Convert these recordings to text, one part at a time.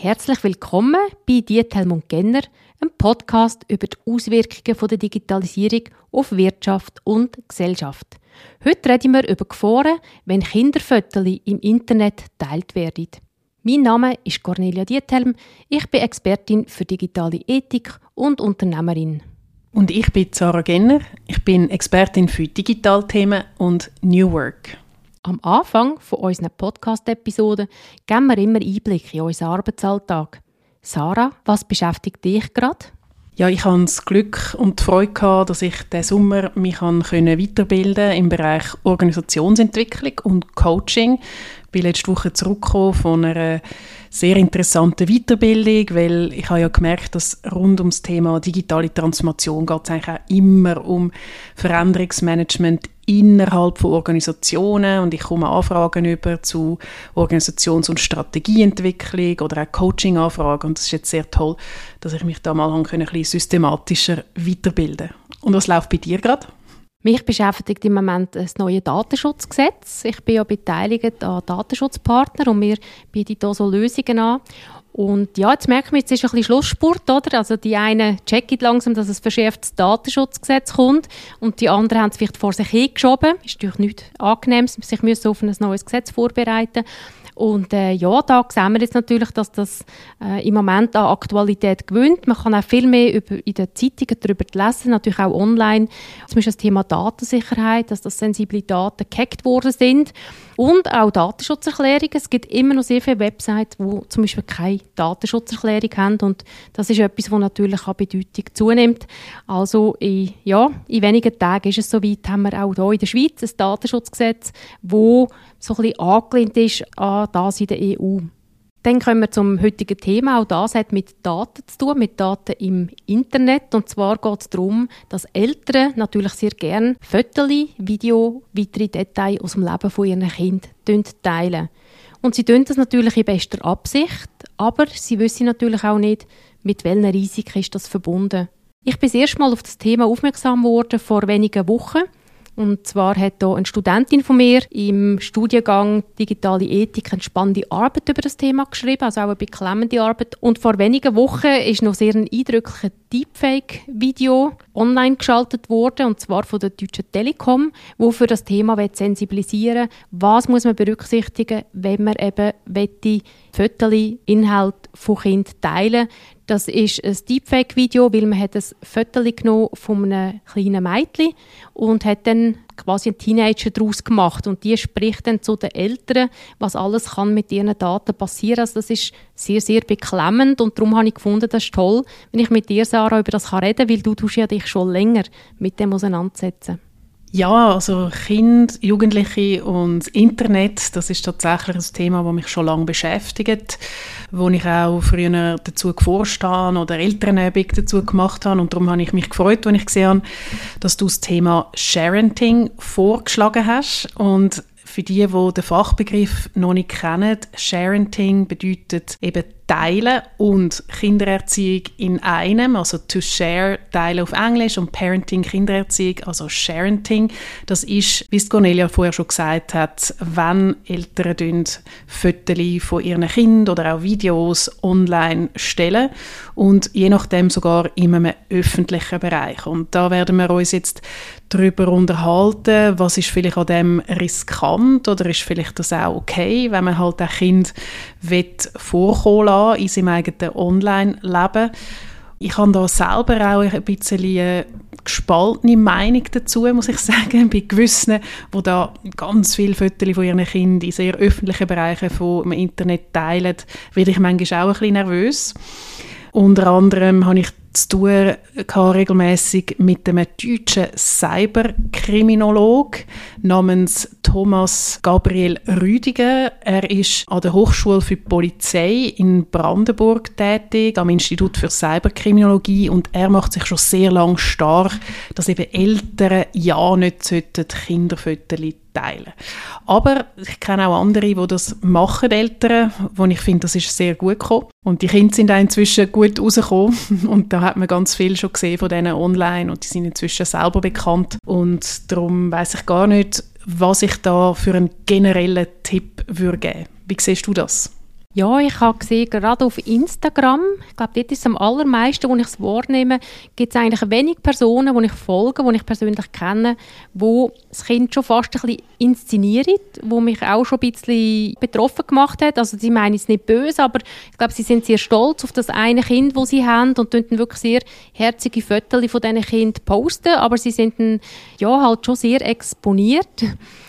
Herzlich willkommen bei Diethelm und Genner, einem Podcast über die Auswirkungen der Digitalisierung auf Wirtschaft und Gesellschaft. Heute reden wir über Gefahren, wenn Kinderfotos im Internet geteilt werden. Mein Name ist Cornelia Diethelm, ich bin Expertin für digitale Ethik und Unternehmerin. Und ich bin Sarah Genner, ich bin Expertin für Digitalthemen und New Work. Am Anfang von unseren Podcast-Episoden geben wir immer Einblick in unseren Arbeitsalltag. Sarah, was beschäftigt dich gerade? Ja, ich hatte das Glück und die Freude gehabt, dass ich diesen Sommer mich weiterbilden im Bereich Organisationsentwicklung und Coaching. Ich bin letzte Woche zurückgekommen von einer sehr interessanten Weiterbildung, weil ich habe ja gemerkt, dass rund ums Thema digitale Transformation geht es eigentlich auch immer um Veränderungsmanagement innerhalb von Organisationen und ich komme Anfragen über zu Organisations- und Strategieentwicklung oder auch Coaching-Anfragen und das ist jetzt sehr toll, dass ich mich da mal ein bisschen systematischer weiterbilden kann. Und was läuft bei dir gerade? Mich beschäftigt im Moment das neue Datenschutzgesetz. Ich bin ja beteiligt an Datenschutzpartnern und wir bieten hier so Lösungen an. Und ja, jetzt merken wir, jetzt ist ein bisschen Schlussspurt, oder? Also die einen checken langsam, dass ein verschärftes Datenschutzgesetz kommt und die anderen haben es vielleicht vor sich hingeschoben. Ist natürlich nichts Angenehmes, sich müssen auf ein neues Gesetz vorbereiten. Und ja, da sehen wir jetzt natürlich, dass das im Moment an Aktualität gewinnt. Man kann auch viel mehr in den Zeitungen darüber lesen, natürlich auch online. Zum Beispiel das Thema Datensicherheit, dass das sensible Daten gehackt worden sind. Und auch Datenschutzerklärungen. Es gibt immer noch sehr viele Websites, die zum Beispiel keine Datenschutzerklärung haben. Und das ist etwas, das natürlich an Bedeutung zunimmt. Also in wenigen Tagen ist es soweit, haben wir auch hier in der Schweiz ein Datenschutzgesetz, das so ein bisschen angelehnt ist an das in der EU. Dann kommen wir zum heutigen Thema. Auch das hat mit Daten zu tun, mit Daten im Internet. Und zwar geht es darum, dass Eltern natürlich sehr gerne Fotos, Video, weitere Details aus dem Leben von ihren Kindern teilen. Und sie tun das natürlich in bester Absicht, aber sie wissen natürlich auch nicht, mit welchen Risiken ist das verbunden. Ich bin das erste Mal auf das Thema aufmerksam geworden vor wenigen Wochen. Und zwar hat hier eine Studentin von mir im Studiengang Digitale Ethik eine spannende Arbeit über das Thema geschrieben, also auch eine beklemmende Arbeit. Und vor wenigen Wochen ist noch sehr ein eindrückliches Deepfake-Video online geschaltet worden, und zwar von der Deutschen Telekom, wo für das Thema sensibilisieren will, was muss man berücksichtigen, wenn man eben Fotos, Inhalte von Kindern teilen. Das ist ein Deepfake-Video, weil man hat ein Foto genommen von einem kleinen Mädchen und hat dann quasi einen Teenager daraus gemacht. Und die spricht dann zu den Eltern, was alles kann mit ihren Daten passieren. Also das ist sehr, sehr beklemmend und darum habe ich gefunden, das ist toll, wenn ich mit dir, Sarah, über das reden kann, weil du tust ja dich schon länger mit dem auseinandersetzen. Ja, also Kinder, Jugendliche und das Internet, das ist tatsächlich ein Thema, das mich schon lange beschäftigt, wo ich auch früher dazu geforscht habe oder Elternübungen dazu gemacht habe. Und darum habe ich mich gefreut, als ich gesehen habe, dass du das Thema Sharenting vorgeschlagen hast. Und für die den Fachbegriff noch nicht kennen, Sharenting bedeutet eben Teilen und Kindererziehung in einem, also to share, Teilen auf Englisch und Parenting, Kindererziehung, also Sharenting. Das ist, wie es Cornelia vorher schon gesagt hat, wenn Eltern Fotos von ihren Kindern oder auch Videos online stellen und je nachdem sogar in einem öffentlichen Bereich. Und da werden wir uns jetzt darüber unterhalten, was ist vielleicht an dem riskant oder ist vielleicht das auch okay, wenn man halt ein Kind vorkommen lassen in seinem eigenen Online-Leben. Ich habe da selber auch ein bisschen gespaltene Meinung dazu, muss ich sagen, bei gewissen, die da ganz viele Fotos von ihren Kindern in sehr öffentlichen Bereichen vom Internet teilen, werde ich manchmal auch ein bisschen nervös. Unter anderem habe ich zu tun regelmässig mit einem deutschen Cyberkriminolog namens Thomas Gabriel Rüdiger. Er ist an der Hochschule für Polizei in Brandenburg tätig, am Institut für Cyberkriminologie, und er macht sich schon sehr lange stark, dass eben Eltern ja nicht Kinderfotos teilen. Aber ich kenne auch andere, die das machen, Eltern, wo ich finde, das ist sehr gut gekommen. Und die Kinder sind auch inzwischen gut rausgekommen und da hat man ganz viel schon gesehen von denen online und die sind inzwischen selber bekannt und darum weiss ich gar nicht, was ich da für einen generellen Tipp würde geben. Wie siehst du das? Ja, ich habe gesehen, gerade auf Instagram, ich glaube, dort ist es am allermeisten, wo ich es wahrnehme, gibt es eigentlich wenig Personen, die ich folge, die ich persönlich kenne, wo das Kind schon fast ein bisschen inszenieren, wo mich auch schon ein bisschen betroffen gemacht hat. Also sie meinen es nicht böse, aber ich glaube, sie sind sehr stolz auf das eine Kind, das sie haben und dann wirklich sehr herzige Fotos von diesen Kindern posten, aber sie sind dann, ja, halt schon sehr exponiert.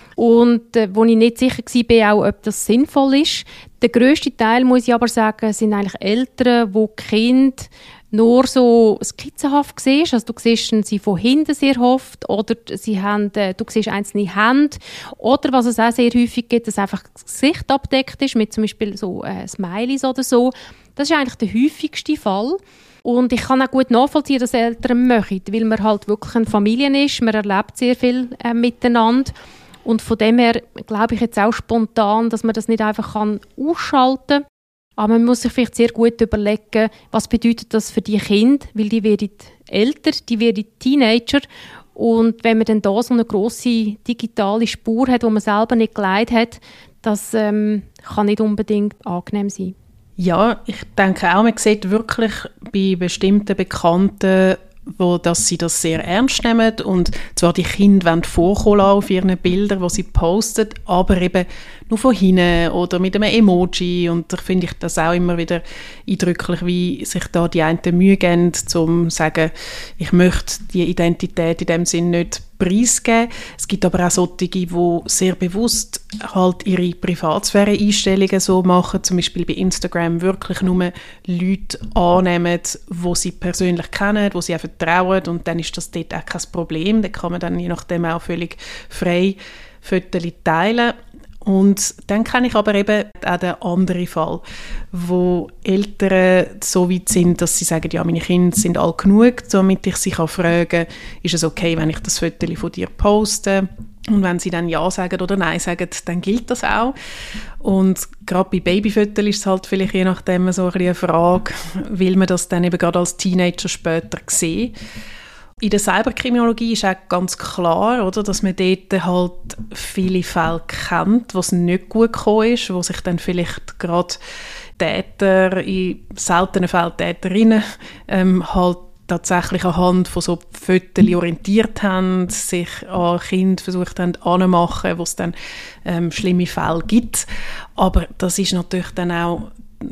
Und wo ich nicht sicher war, auch, ob das sinnvoll ist. Der grösste Teil, muss ich aber sagen, sind eigentlich Eltern, wo die Kinder nur so skizzenhaft siehst. Also du siehst sie von hinten sehr oft oder sie haben, du siehst einzelne Hände. Oder was es auch sehr häufig gibt, dass einfach das Gesicht abdeckt ist, mit zum Beispiel so Smileys oder so. Das ist eigentlich der häufigste Fall. Und ich kann auch gut nachvollziehen, dass Eltern möchten, weil man halt wirklich eine Familie ist. Man erlebt sehr viel miteinander. Und von dem her glaube ich jetzt auch spontan, dass man das nicht einfach ausschalten kann. Aber man muss sich vielleicht sehr gut überlegen, was bedeutet das für die Kinder, weil die werden älter, die werden Teenager. Und wenn man dann da so eine grosse digitale Spur hat, die man selber nicht geleitet hat, das kann nicht unbedingt angenehm sein. Ja, ich denke auch, man sieht wirklich bei bestimmten Bekannten, dass sie das sehr ernst nehmen und zwar die Kinder wollen vorkommen auf ihren Bildern, die sie posten, aber eben nur von hinten oder mit einem Emoji und da finde ich das auch immer wieder eindrücklich, wie sich da die einen Mühe geben, um zu sagen, ich möchte die Identität in dem Sinn nicht preisgeben. Es gibt aber auch solche, die sehr bewusst halt ihre Privatsphäre-Einstellungen so machen, zum Beispiel bei Instagram wirklich nur Leute annehmen, die sie persönlich kennen, die sie auch vertrauen und dann ist das dort auch kein Problem. Da kann man dann je nachdem auch völlig frei Fotos teilen. Und dann kenne ich aber eben auch den anderen Fall, wo Eltern so weit sind, dass sie sagen, ja, meine Kinder sind alt genug, damit ich sie fragen kann, ist es okay, wenn ich das Foto von dir poste? Und wenn sie dann Ja sagen oder Nein sagen, dann gilt das auch. Und gerade bei Babyfotos ist es halt vielleicht je nachdem so ein bisschen eine Frage, will man das dann eben gerade als Teenager später sehen? In der Cyberkriminologie ist auch ganz klar, oder, dass man dort halt viele Fälle kennt, wo es nicht gut gekommen ist, wo sich dann vielleicht gerade Täter, in seltenen Fällen Täterinnen, halt tatsächlich anhand von so Fotos orientiert haben, sich an Kinder versucht haben anzumachen, wo es dann schlimme Fälle gibt. Aber das ist natürlich dann auch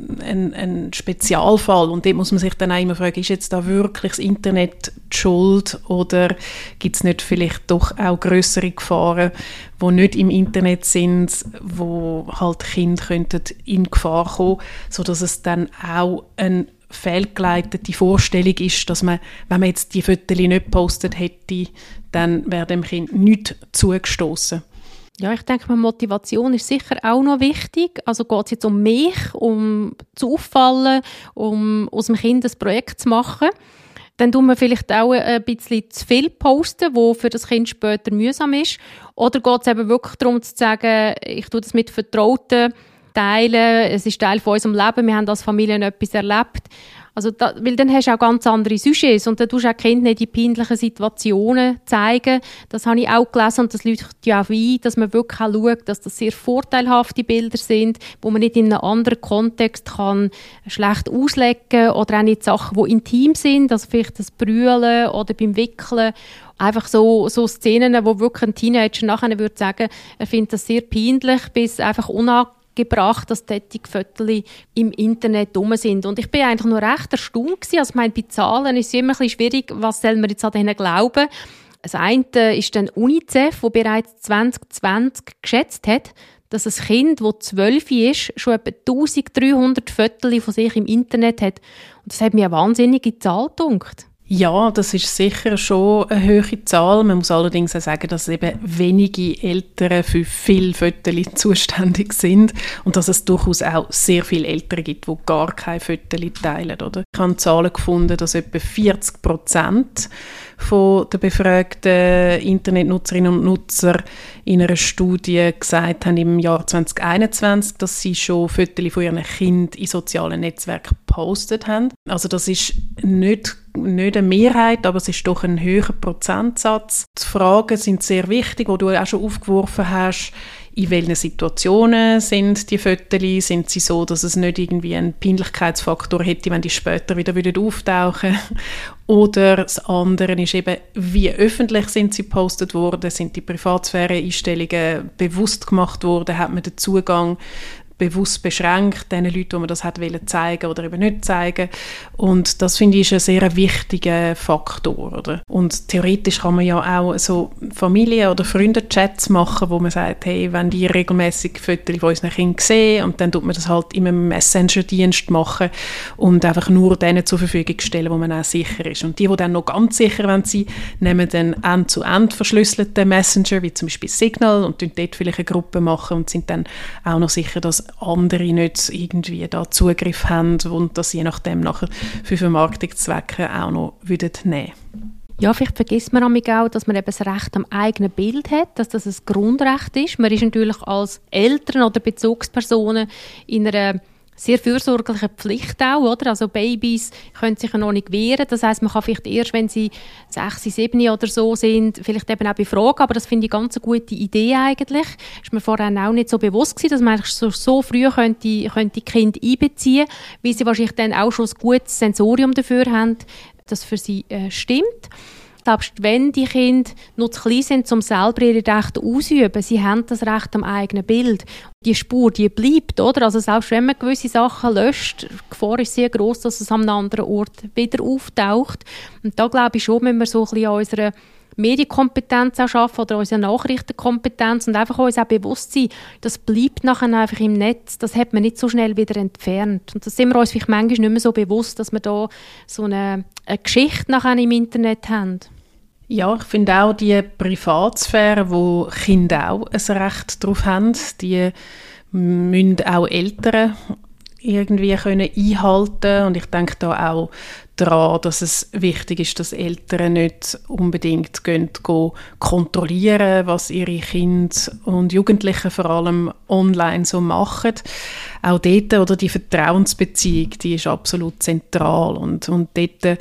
ein Spezialfall und dort muss man sich dann auch immer fragen, ist jetzt da wirklich das Internet die Schuld oder gibt es nicht vielleicht doch auch grössere Gefahren, die nicht im Internet sind, wo halt Kinder könnten in Gefahr kommen, sodass es dann auch eine fehlgeleitete Vorstellung ist, dass man, wenn man jetzt die Fotos nicht gepostet hätte, dann wäre dem Kind nichts zugestoßen. Ja, ich denke, Motivation ist sicher auch noch wichtig. Also geht es jetzt um mich, um zu auffallen, um aus dem Kind ein Projekt zu machen. Dann tun wir vielleicht auch ein bisschen zu viel posten, was für das Kind später mühsam ist. Oder geht es eben wirklich darum zu sagen, ich tue das mit Vertrauten teilen, es ist Teil von unserem Leben, wir haben als Familie etwas erlebt. Also weil dann hast du auch ganz andere Sujets und dann tust du auch Kinder nicht in peinlichen Situationen zeigen. Das habe ich auch gelesen und das leuchtet ja auch ein, dass man wirklich auch schaut, dass das sehr vorteilhafte Bilder sind, wo man nicht in einem anderen Kontext kann schlecht auslegen oder auch nicht Sachen, die intim sind, also vielleicht das Brüllen oder beim Wickeln. Einfach so Szenen, wo wirklich ein Teenager nachher würde sagen, er findet das sehr peinlich, bis einfach unangebracht, dass solche Fotos im Internet rum sind. Und ich bin eigentlich noch recht erstaunt gewesen. Also, ich meine, bei Zahlen ist es immer ein bisschen schwierig, was soll man jetzt an denen glauben. Das eine ist dann UNICEF, wo bereits 2020 geschätzt hat, dass ein Kind, das 12 ist, schon etwa 1300 Fotos von sich im Internet hat. Und das hat mir eine wahnsinnige Zahl gedacht. Ja, das ist sicher schon eine hohe Zahl. Man muss allerdings auch sagen, dass eben wenige Eltern für viele Fotos zuständig sind und dass es durchaus auch sehr viele Eltern gibt, die gar keine Fotos teilen. Oder? Ich habe Zahlen gefunden, dass etwa 40% von den befragten Internetnutzerinnen und Nutzer in einer Studie gesagt haben im Jahr 2021, dass sie schon Fotos von ihren Kindern in sozialen Netzwerken gepostet haben. Also das ist nicht nicht eine Mehrheit, aber es ist doch ein höherer Prozentsatz. Die Fragen sind sehr wichtig, die du auch schon aufgeworfen hast. In welchen Situationen sind die Fotos? Sind sie so, dass es nicht irgendwie einen Peinlichkeitsfaktor hätte, wenn die später wieder auftauchen? Oder das andere ist eben, wie öffentlich sind sie gepostet worden? Sind die Privatsphäre-Einstellungen bewusst gemacht worden? Hat man den Zugang bewusst beschränkt, den Leuten, die man das hat zeigen oder eben nicht zeigen. Und das, finde ich, ist ein sehr wichtiger Faktor. Oder? Und theoretisch kann man ja auch so Familie- oder Freunde-Chats machen, wo man sagt, hey, wenn die regelmäßig Fotos von unseren Kindern sehen, und dann tut man das halt in einem Messenger-Dienst machen und einfach nur denen zur Verfügung stellen, wo man auch sicher ist. Und die dann noch ganz sicher sind, nehmen dann end-zu-end verschlüsselte Messenger, wie zum Beispiel Signal, und dort vielleicht eine Gruppe machen und sind dann auch noch sicher, dass andere nicht irgendwie da Zugriff haben und dass je nachdem nachher für Vermarktungszwecke auch noch nehmen würden. Ja, vielleicht vergisst man auch, dass man eben das Recht am eigenen Bild hat, dass das ein Grundrecht ist. Man ist natürlich als Eltern oder Bezugspersonen in einer sehr fürsorgliche Pflicht auch, oder? Also Babys können sich ja noch nicht wehren. Das heisst, man kann vielleicht erst, wenn sie 6, 7 oder so sind, vielleicht eben auch befragen. Aber das finde ich ganz eine gute Idee eigentlich. Ist mir vorher auch nicht so bewusst gewesen, dass man eigentlich so früh könnte die Kinder einbeziehen, weil sie wahrscheinlich dann auch schon ein gutes Sensorium dafür haben, das für sie stimmt. Selbst wenn die Kinder noch zu klein sind, um selber ihre Rechte auszuüben, sie haben das Recht am eigenen Bild. Die Spur, die bleibt, oder? Also selbst wenn man gewisse Sachen löscht, die Gefahr ist sehr gross, dass es an einem anderen Ort wieder auftaucht. Und da glaube ich schon, müssen wir so ein bisschen an unserer Medienkompetenz auch arbeiten oder unsere Nachrichtenkompetenz und einfach uns auch bewusst sein, das bleibt nachher einfach im Netz, das hat man nicht so schnell wieder entfernt. Und das sind wir uns vielleicht manchmal nicht mehr so bewusst, dass wir da so eine Geschichte nachher im Internet haben. Ja, ich finde auch die Privatsphäre, wo Kinder auch ein Recht darauf haben, die müssen auch Eltern irgendwie können einhalten. Und ich denke da auch daran, dass es wichtig ist, dass Eltern nicht unbedingt kontrollieren, was ihre Kinder und Jugendlichen vor allem online so machen. Auch dort, oder die Vertrauensbeziehung, die ist absolut zentral. Und dort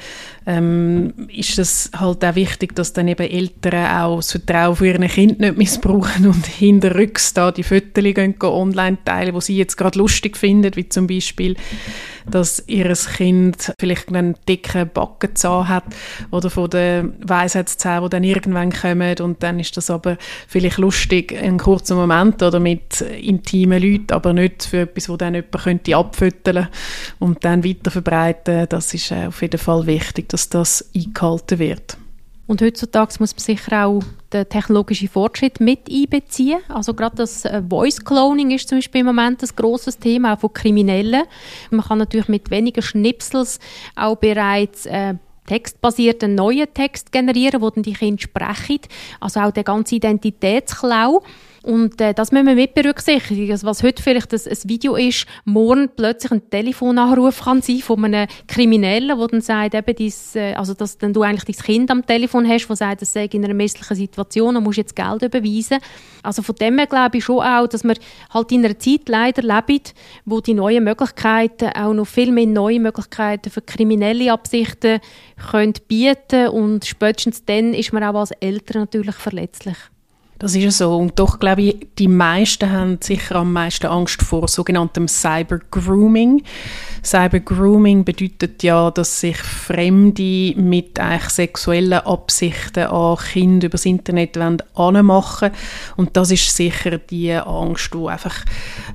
ist es halt auch wichtig, dass dann eben Eltern auch das Vertrauen für ihre Kinder nicht missbrauchen und hinterrücks da die Fotos online teilen, die sie jetzt gerade lustig finden, wie zum Beispiel, dass ihr Kind vielleicht einen dicken Backenzahn hat oder von den Weisheitszähnen, die dann irgendwann kommen, und dann ist das aber vielleicht lustig, einen kurzen Moment oder mit intimen Leuten, aber nicht für etwas, wo dann jemand könnte abfütteln und dann weiter verbreiten. Das ist auf jeden Fall wichtig, dass das eingehalten wird. Und heutzutage muss man sicher auch den technologischen Fortschritt mit einbeziehen. Also gerade das Voice Cloning ist zum Beispiel im Moment ein grosses Thema, auch von Kriminellen. Man kann natürlich mit weniger Schnipsels auch bereits textbasierten neuen Text generieren, wo dann die Kinder sprechen. Also auch der ganze Identitätsklau. Und das müssen wir mit berücksichtigen. Also was heute vielleicht ein Video ist, morgen plötzlich ein Telefonanruf kann sein von einem Kriminellen, der dann sagt, eben also dass dann du eigentlich dein Kind am Telefon hast, der sagt, es sei in einer misslichen Situation und musst jetzt Geld überweisen. Also von dem her glaube ich schon auch, dass wir halt in einer Zeit leider leben, wo die neuen Möglichkeiten, auch noch viel mehr neue Möglichkeiten für kriminelle Absichten können bieten, und spätestens dann ist man auch als Eltern natürlich verletzlich. Das ist ja so. Und doch, glaube ich, die meisten haben sicher am meisten Angst vor sogenanntem Cyber-Grooming. Cyber-Grooming bedeutet ja, dass sich Fremde mit eigentlich sexuellen Absichten an Kinder übers Internet anmachen wollen. Und das ist sicher die Angst, die einfach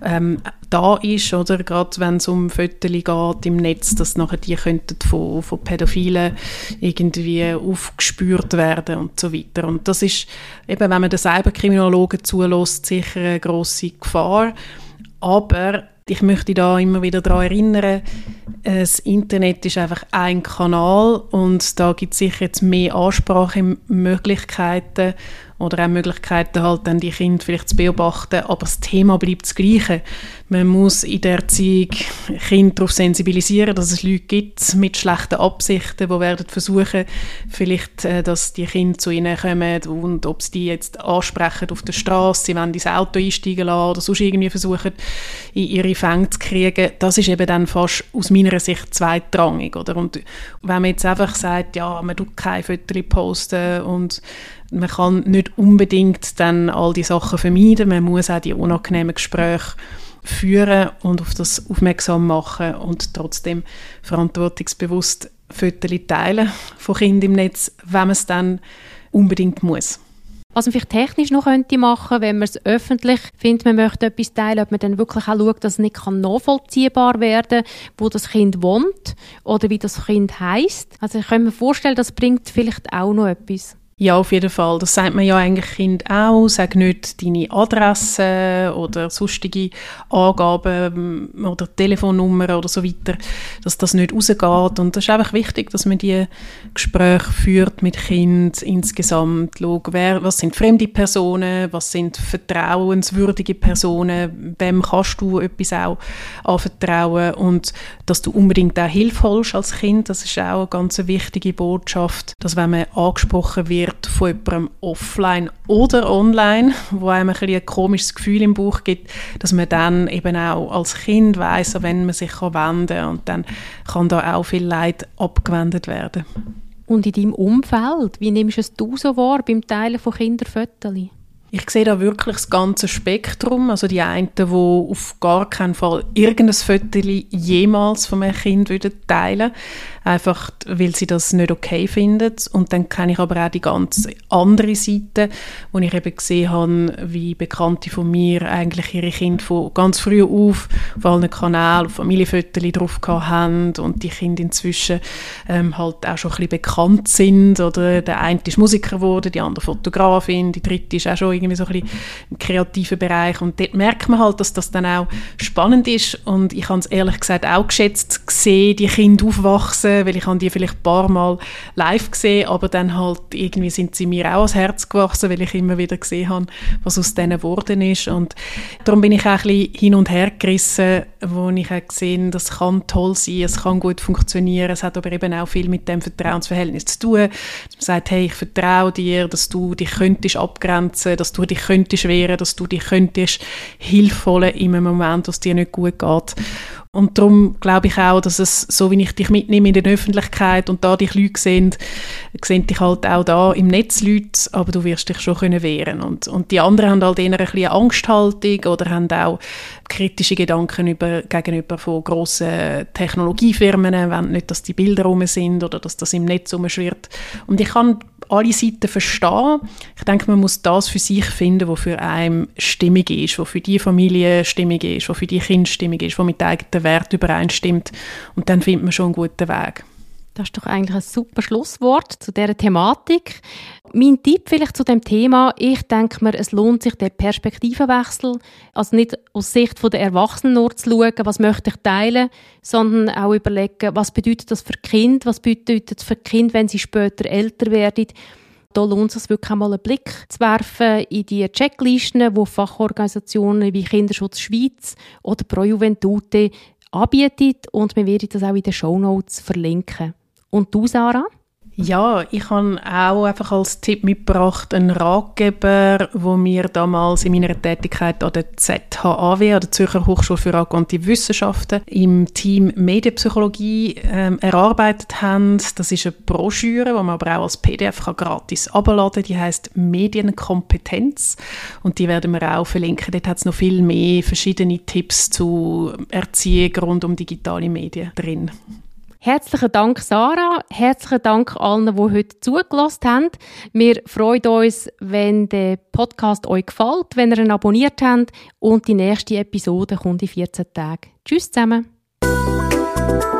da ist, oder? Gerade wenn es um Fotos geht im Netz, dass nachher die könnten von Pädophilen irgendwie aufgespürt werden und so weiter. Und das ist eben, wenn man den Cyberkriminologen zulässt, sicher eine grosse Gefahr. Aber ich möchte da immer wieder daran erinnern, das Internet ist einfach ein Kanal und da gibt es sicher jetzt mehr Ansprachemöglichkeiten. oder auch Möglichkeiten, halt dann die Kinder vielleicht zu beobachten, aber das Thema bleibt das Gleiche. Man muss in der Erziehung Kinder darauf sensibilisieren, dass es Leute gibt mit schlechten Absichten, die werden versuchen, vielleicht, dass die Kinder zu ihnen kommen und ob sie die jetzt ansprechen auf der Straße, sie wollen ins Auto einsteigen lassen oder sonst irgendwie versuchen, in ihre Fänge zu kriegen. Das ist eben dann fast aus meiner Sicht zweitrangig, oder? Und wenn man jetzt einfach sagt, ja, man tut keine Fotos posten und man kann nicht unbedingt dann all die Sachen vermeiden, man muss auch die unangenehmen Gespräche führen und auf das aufmerksam machen und trotzdem verantwortungsbewusst Fotos teilen von Kindern im Netz, wenn man es dann unbedingt muss. Was man vielleicht technisch noch machen könnte, wenn man es öffentlich findet, man möchte etwas teilen, ob man dann wirklich auch schaut, dass es nicht nachvollziehbar werden kann, wo das Kind wohnt oder wie das Kind heisst. Also ich kann mir vorstellen, das bringt vielleicht auch noch etwas. Ja, auf jeden Fall. Das sagt man ja eigentlich Kind auch. Sag nicht deine Adresse oder sonstige Angaben oder Telefonnummer oder so weiter, dass das nicht rausgeht. Und das ist einfach wichtig, dass man die Gespräche führt mit Kind insgesamt. Schau, was sind fremde Personen, was sind vertrauenswürdige Personen, wem kannst du etwas auch anvertrauen und dass du unbedingt auch Hilfe holst als Kind. Das ist auch eine ganz wichtige Botschaft, dass wenn man angesprochen wird, von jemandem offline oder online, wo einem ein komisches Gefühl im Bauch gibt, dass man dann eben auch als Kind weiss, an wen man sich wenden kann und dann kann da auch viel Leid abgewendet werden. Und in deinem Umfeld, wie nimmst du es so wahr beim Teilen von Kinderfotos? Ich sehe da wirklich das ganze Spektrum. Also die einen, die auf gar keinen Fall irgendein Foto jemals von einem Kind teilen würden, einfach weil sie das nicht okay finden. Und dann kenne ich aber auch die ganz andere Seite, wo ich eben gesehen habe, wie Bekannte von mir eigentlich ihre Kinder von ganz früh auf allen Kanälen, auf Familienfotos drauf haben und die Kinder inzwischen halt auch schon ein bisschen bekannt sind. Oder der eine ist Musiker geworden, die andere Fotografin, die dritte ist auch schon irgendwie so ein bisschen im kreativen Bereich. Und dort merkt man halt, dass das dann auch spannend ist. Und ich habe es ehrlich gesagt auch geschätzt gesehen, die Kinder aufwachsen, weil ich habe die vielleicht ein paar Mal live gesehen, aber dann halt irgendwie sind sie mir auch ans Herz gewachsen, weil ich immer wieder gesehen habe, was aus denen geworden ist. Und darum bin ich auch ein bisschen hin und her gerissen, wo ich auch gesehen, das kann toll sein, es kann gut funktionieren, es hat aber eben auch viel mit dem Vertrauensverhältnis zu tun. Dass man sagt, hey, ich vertraue dir, dass du dich könntest abgrenzen, dass du dich könntest wehren, dass du dich könntest Hilfe holen in einem Moment, wo es dir nicht gut geht. Und darum glaube ich auch, dass es, so wie ich dich mitnehme in der Öffentlichkeit und da dich Leute sehen dich halt auch da im Netz Leute, aber du wirst dich schon können wehren. Und die anderen haben halt eher ein bisschen Angsthaltung oder haben auch kritische Gedanken gegenüber von grossen Technologiefirmen, wenn nicht, dass die Bilder rum sind oder dass das im Netz rumschwirrt. Und ich kann alle Seiten verstehen. Ich denke, man muss das für sich finden, was für einen stimmig ist, was für die Familie stimmig ist, was für die Kinder stimmig ist, was mit eigenen Werten übereinstimmt. Und dann findet man schon einen guten Weg. Das ist doch eigentlich ein super Schlusswort zu dieser Thematik. Mein Tipp vielleicht zu dem Thema, ich denke mir, es lohnt sich der Perspektivenwechsel, also nicht aus Sicht der Erwachsenen nur zu schauen, was möchte ich teilen, sondern auch überlegen, was bedeutet das für Kind, was bedeutet es für Kind, wenn sie später älter werden. Da lohnt es sich wirklich einmal einen Blick zu werfen in die Checklisten, die Fachorganisationen wie Kinderschutz Schweiz oder Pro Juventute anbieten, und wir werden das auch in den Shownotes verlinken. Und du, Sarah? Ja, ich habe auch einfach als Tipp mitgebracht einen Ratgeber, wo mir damals in meiner Tätigkeit an der ZHAW, an der Zürcher Hochschule für angewandte Wissenschaften, im Team Medienpsychologie erarbeitet haben. Das ist eine Broschüre, die man aber auch als PDF gratis herunterladen kann. Die heisst Medienkompetenz und die werden wir auch verlinken. Dort hat es noch viel mehr verschiedene Tipps zu Erziehung rund um digitale Medien drin. Herzlichen Dank, Sarah. Herzlichen Dank allen, die heute zugelassen haben. Wir freuen uns, wenn der Podcast euch gefällt, wenn ihr ihn abonniert habt. Und die nächste Episode kommt in 14 Tagen. Tschüss zusammen.